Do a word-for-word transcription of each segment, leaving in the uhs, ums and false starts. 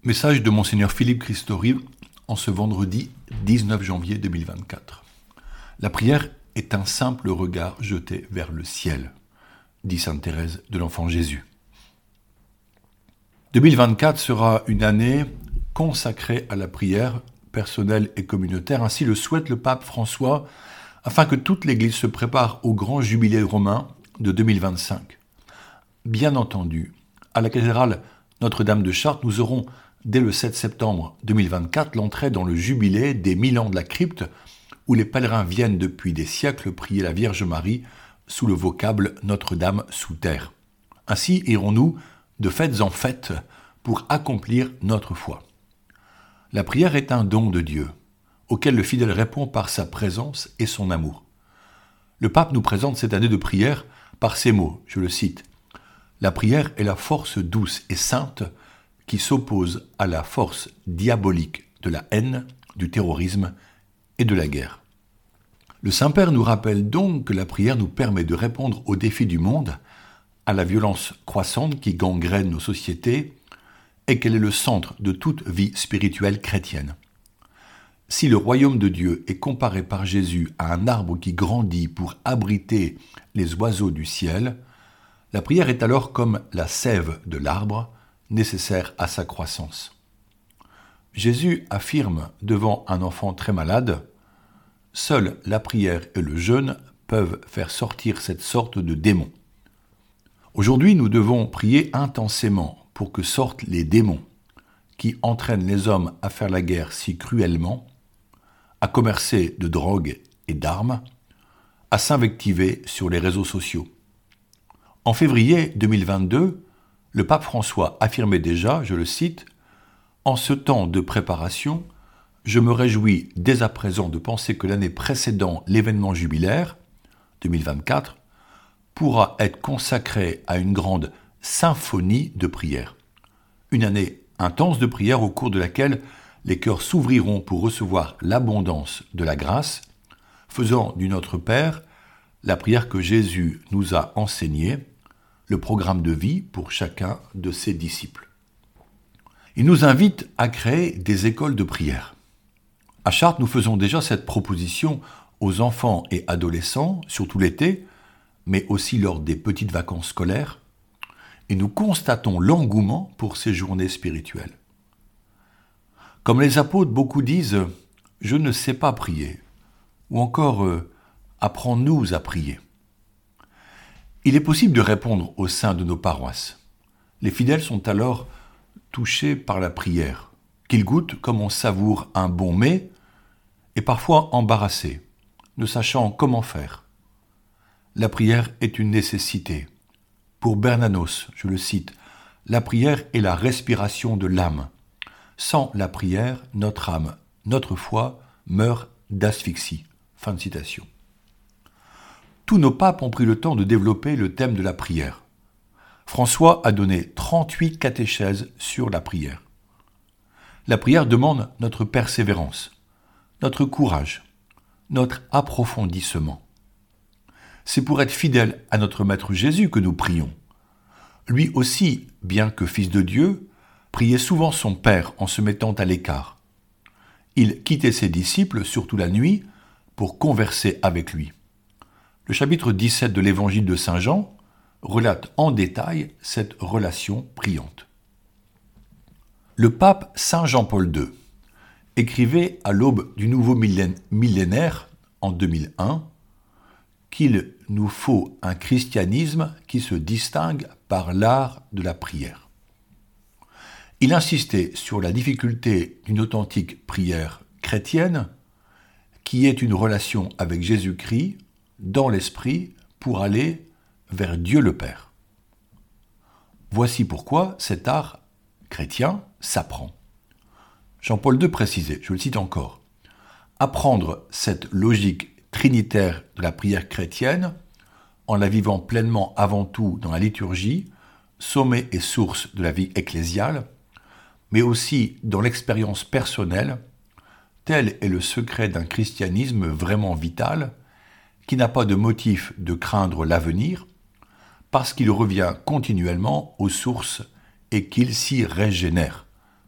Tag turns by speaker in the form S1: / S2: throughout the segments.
S1: Message de Monseigneur Philippe Christori en ce vendredi dix-neuf janvier deux mille vingt-quatre. La prière est un simple regard jeté vers le ciel, dit sainte Thérèse de l'Enfant Jésus. deux mille vingt-quatre sera une année consacrée à la prière personnelle et communautaire. Ainsi le souhaite le pape François, afin que toute l'Église se prépare au grand jubilé romain de deux mille vingt-cinq. Bien entendu, à la cathédrale Notre-Dame de Chartres, nous aurons dès le sept septembre deux mille vingt-quatre l'entrée dans le jubilé des mille ans de la crypte, où les pèlerins viennent depuis des siècles prier la Vierge Marie sous le vocable Notre-Dame sous terre. Ainsi irons-nous de fêtes en fêtes pour accomplir notre foi. La prière est un don de Dieu, auquel le fidèle répond par sa présence et son amour. Le pape nous présente cette année de prière par ces mots, je le cite. « La prière est la force douce et sainte qui s'oppose à la force diabolique de la haine, du terrorisme et de la guerre. » Le Saint-Père nous rappelle donc que la prière nous permet de répondre aux défis du monde, à la violence croissante qui gangrène nos sociétés, et qu'elle est le centre de toute vie spirituelle chrétienne. Si le royaume de Dieu est comparé par Jésus à un arbre qui grandit pour abriter les oiseaux du ciel, la prière est alors comme la sève de l'arbre, nécessaire à sa croissance. Jésus affirme devant un enfant très malade « Seule la prière et le jeûne peuvent faire sortir cette sorte de démon. » Aujourd'hui, nous devons prier intensément pour que sortent les démons qui entraînent les hommes à faire la guerre si cruellement, à commercer de drogue et d'armes, à s'invectiver sur les réseaux sociaux. En février deux mille vingt-deux, le pape François affirmait déjà, je le cite, « En ce temps de préparation, je me réjouis dès à présent de penser que l'année précédant l'événement jubilaire, deux mille vingt-quatre, pourra être consacrée à une grande symphonie de prière. Une année intense de prière au cours de laquelle les cœurs s'ouvriront pour recevoir l'abondance de la grâce, faisant du Notre Père la prière que Jésus nous a enseignée, le programme de vie pour chacun de ses disciples. Il nous invite à créer des écoles de prière. À Chartres, nous faisons déjà cette proposition aux enfants et adolescents, surtout l'été, mais aussi lors des petites vacances scolaires, et nous constatons l'engouement pour ces journées spirituelles. Comme les apôtres, beaucoup disent « Je ne sais pas prier » ou encore euh, « Apprends-nous à prier ». Il est possible de répondre au sein de nos paroisses. Les fidèles sont alors touchés par la prière, qu'ils goûtent comme on savoure un bon mets, et parfois embarrassés, ne sachant comment faire. La prière est une nécessité. Pour Bernanos, je le cite, « La prière est la respiration de l'âme. Sans la prière, notre âme, notre foi meurt d'asphyxie. » Fin de citation. Tous nos papes ont pris le temps de développer le thème de la prière. François a donné trente-huit catéchèses sur la prière. La prière demande notre persévérance, notre courage, notre approfondissement. C'est pour être fidèle à notre Maître Jésus que nous prions. Lui aussi, bien que fils de Dieu, priait souvent son Père en se mettant à l'écart. Il quittait ses disciples, surtout la nuit, pour converser avec lui. Le chapitre dix-sept de l'Évangile de Saint Jean relate en détail cette relation priante. Le pape Saint Jean-Paul deux écrivait à l'aube du nouveau millénaire, en deux mille un, qu'il nous faut un christianisme qui se distingue par l'art de la prière. Il insistait sur la difficulté d'une authentique prière chrétienne qui est une relation avec Jésus-Christ dans l'esprit pour aller vers Dieu le Père. Voici pourquoi cet art chrétien s'apprend. Jean-Paul deux précisait, je le cite encore, « Apprendre cette logique trinitaire de la prière chrétienne, en la vivant pleinement avant tout dans la liturgie, sommet et source de la vie ecclésiale, mais aussi dans l'expérience personnelle, tel est le secret d'un christianisme vraiment vital, qui n'a pas de motif de craindre l'avenir, parce qu'il revient continuellement aux sources et qu'il s'y régénère. »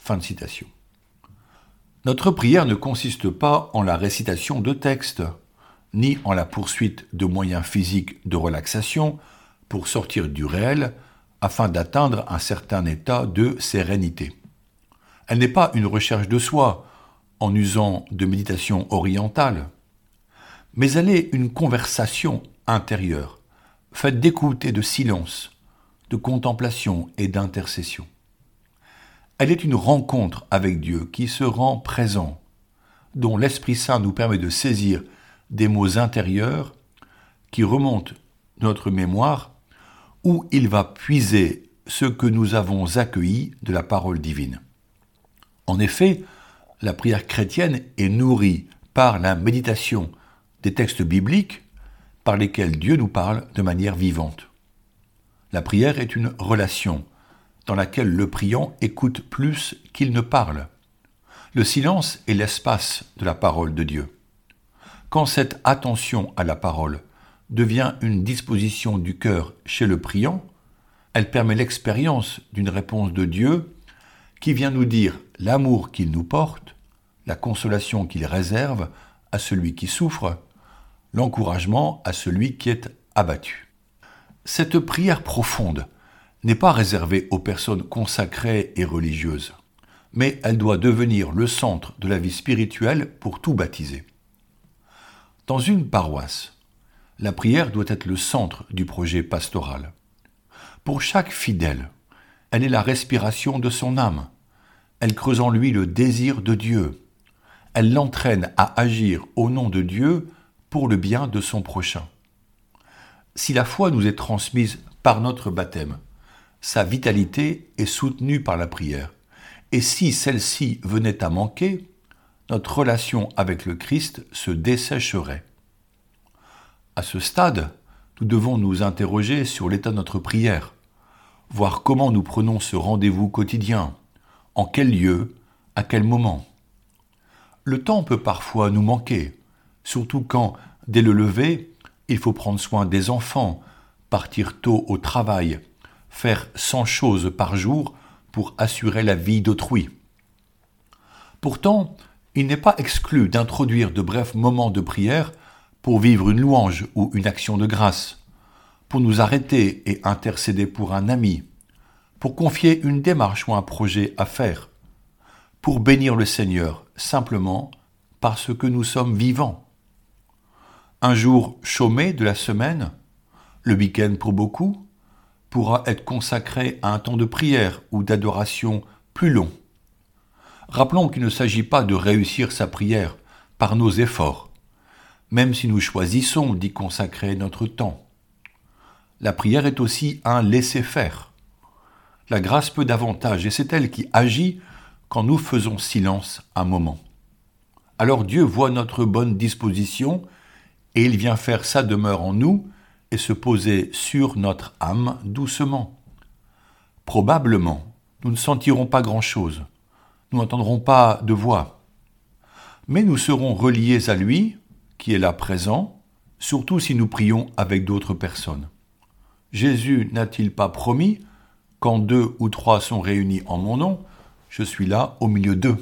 S1: Fin de citation. Notre prière ne consiste pas en la récitation de textes, ni en la poursuite de moyens physiques de relaxation pour sortir du réel afin d'atteindre un certain état de sérénité. Elle n'est pas une recherche de soi en usant de méditation orientale, mais elle est une conversation intérieure, faite d'écoute et de silence, de contemplation et d'intercession. Elle est une rencontre avec Dieu qui se rend présent, dont l'Esprit Saint nous permet de saisir des mots intérieurs qui remontent de notre mémoire, où il va puiser ce que nous avons accueilli de la parole divine. En effet, la prière chrétienne est nourrie par la méditation des textes bibliques par lesquels Dieu nous parle de manière vivante. La prière est une relation dans laquelle le priant écoute plus qu'il ne parle. Le silence est l'espace de la parole de Dieu. Quand cette attention à la parole devient une disposition du cœur chez le priant, elle permet l'expérience d'une réponse de Dieu qui vient nous dire l'amour qu'il nous porte, la consolation qu'il réserve à celui qui souffre, l'encouragement à celui qui est abattu. Cette prière profonde n'est pas réservée aux personnes consacrées et religieuses, mais elle doit devenir le centre de la vie spirituelle pour tout baptisé. Dans une paroisse, la prière doit être le centre du projet pastoral. Pour chaque fidèle, elle est la respiration de son âme. Elle creuse en lui le désir de Dieu. Elle l'entraîne à agir au nom de Dieu pour le bien de son prochain. Si la foi nous est transmise par notre baptême, sa vitalité est soutenue par la prière. Et si celle-ci venait à manquer, notre relation avec le Christ se dessécherait. À ce stade, nous devons nous interroger sur l'état de notre prière, voir comment nous prenons ce rendez-vous quotidien, en quel lieu, à quel moment. Le temps peut parfois nous manquer, surtout quand, dès le lever, il faut prendre soin des enfants, partir tôt au travail, faire cent choses par jour pour assurer la vie d'autrui. Pourtant, il n'est pas exclu d'introduire de brefs moments de prière pour vivre une louange ou une action de grâce, pour nous arrêter et intercéder pour un ami, pour confier une démarche ou un projet à faire, pour bénir le Seigneur simplement parce que nous sommes vivants. Un jour chômé de la semaine, le week-end pour beaucoup, pourra être consacré à un temps de prière ou d'adoration plus long. Rappelons qu'il ne s'agit pas de réussir sa prière par nos efforts, même si nous choisissons d'y consacrer notre temps. La prière est aussi un laisser-faire. La grâce peut davantage, et c'est elle qui agit quand nous faisons silence un moment. Alors Dieu voit notre bonne disposition, et il vient faire sa demeure en nous et se poser sur notre âme doucement. Probablement, nous ne sentirons pas grand-chose, nous n'entendrons pas de voix, mais nous serons reliés à lui, qui est là présent, surtout si nous prions avec d'autres personnes. Jésus n'a-t-il pas promis, quand deux ou trois sont réunis en mon nom, je suis là au milieu d'eux.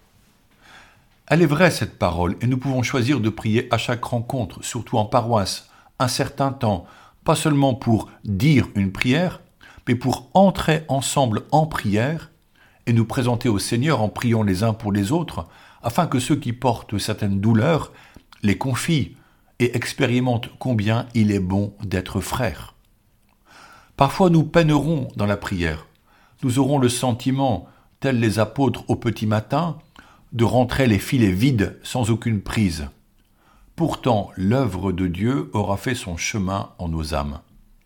S1: Elle est vraie cette parole, et nous pouvons choisir de prier à chaque rencontre, surtout en paroisse, un certain temps, pas seulement pour dire une prière, mais pour entrer ensemble en prière et nous présenter au Seigneur en priant les uns pour les autres, afin que ceux qui portent certaines douleurs les confient et expérimentent combien il est bon d'être frères. Parfois nous peinerons dans la prière. Nous aurons le sentiment, tels les apôtres au petit matin, de rentrer les filets vides sans aucune prise. Pourtant, l'œuvre de Dieu aura fait son chemin en nos âmes.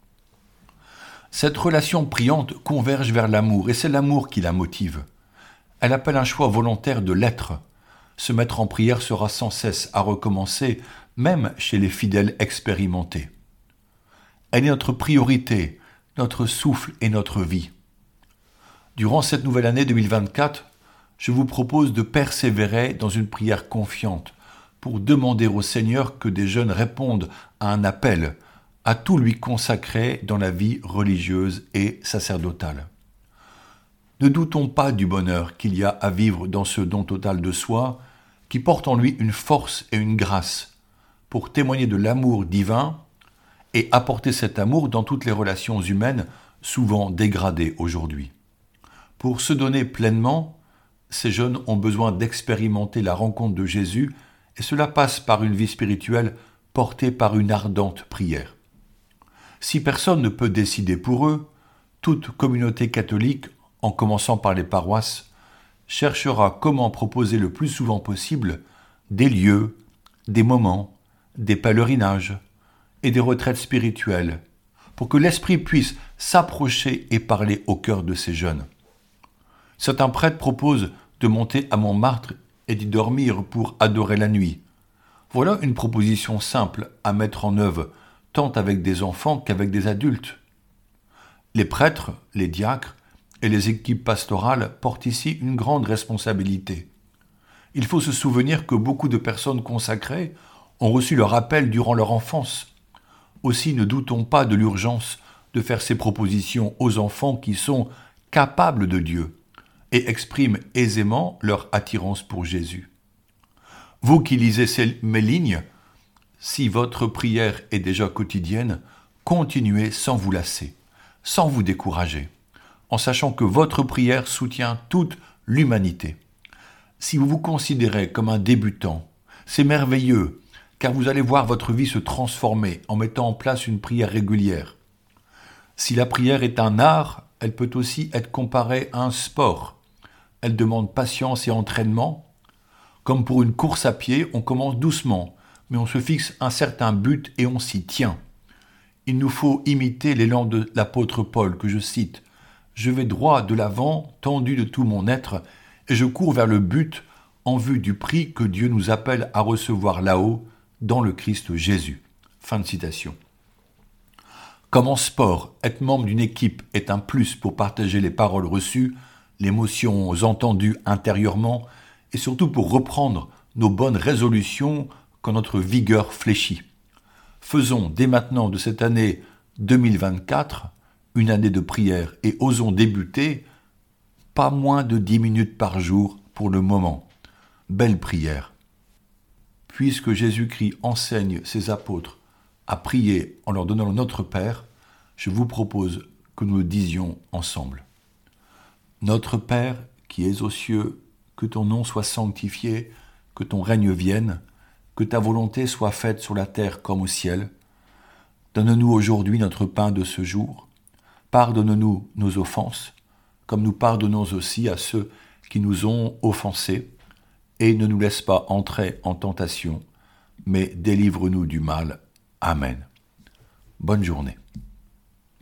S1: Cette relation priante converge vers l'amour, et c'est l'amour qui la motive. Elle appelle un choix volontaire de l'être. Se mettre en prière sera sans cesse à recommencer, même chez les fidèles expérimentés. Elle est notre priorité, notre souffle et notre vie. Durant cette nouvelle année deux mille vingt-quatre, je vous propose de persévérer dans une prière confiante pour demander au Seigneur que des jeunes répondent à un appel, à tout lui consacrer dans la vie religieuse et sacerdotale. Ne doutons pas du bonheur qu'il y a à vivre dans ce don total de soi, qui porte en lui une force et une grâce pour témoigner de l'amour divin et apporter cet amour dans toutes les relations humaines souvent dégradées aujourd'hui. Pour se donner pleinement, ces jeunes ont besoin d'expérimenter la rencontre de Jésus et cela passe par une vie spirituelle portée par une ardente prière. Si personne ne peut décider pour eux, toute communauté catholique, en commençant par les paroisses, cherchera comment proposer le plus souvent possible des lieux, des moments, des pèlerinages et des retraites spirituelles pour que l'Esprit puisse s'approcher et parler au cœur de ces jeunes. Certains prêtres proposent de monter à Montmartre et d'y dormir pour adorer la nuit. Voilà une proposition simple à mettre en œuvre, tant avec des enfants qu'avec des adultes. Les prêtres, les diacres et les équipes pastorales portent ici une grande responsabilité. Il faut se souvenir que beaucoup de personnes consacrées ont reçu leur appel durant leur enfance. Aussi ne doutons pas de l'urgence de faire ces propositions aux enfants qui sont capables de Dieu et expriment aisément leur attirance pour Jésus. Vous qui lisez ces, mes lignes, si votre prière est déjà quotidienne, continuez sans vous lasser, sans vous décourager, en sachant que votre prière soutient toute l'humanité. Si vous vous considérez comme un débutant, c'est merveilleux, car vous allez voir votre vie se transformer en mettant en place une prière régulière. Si la prière est un art, elle peut aussi être comparée à un sport. Elle demande patience et entraînement. Comme pour une course à pied, on commence doucement, mais on se fixe un certain but et on s'y tient. Il nous faut imiter l'élan de l'apôtre Paul que je cite. « Je vais droit de l'avant, tendu de tout mon être, et je cours vers le but en vue du prix que Dieu nous appelle à recevoir là-haut, dans le Christ Jésus. » Fin de citation. Comme en sport, être membre d'une équipe est un plus pour partager les paroles reçues, les émotions entendues intérieurement, et surtout pour reprendre nos bonnes résolutions quand notre vigueur fléchit. Faisons dès maintenant de cette année deux mille vingt-quatre une année de prière et osons débuter pas moins de dix minutes par jour pour le moment. Belle prière. Puisque Jésus-Christ enseigne ses apôtres à prier en leur donnant le Notre Père, je vous propose que nous le disions ensemble. Notre Père qui es aux cieux, que ton nom soit sanctifié, que ton règne vienne, que ta volonté soit faite sur la terre comme au ciel. Donne-nous aujourd'hui notre pain de ce jour. Pardonne-nous nos offenses, comme nous pardonnons aussi à ceux qui nous ont offensés, et ne nous laisse pas entrer en tentation, mais délivre-nous du mal. Amen. Bonne journée.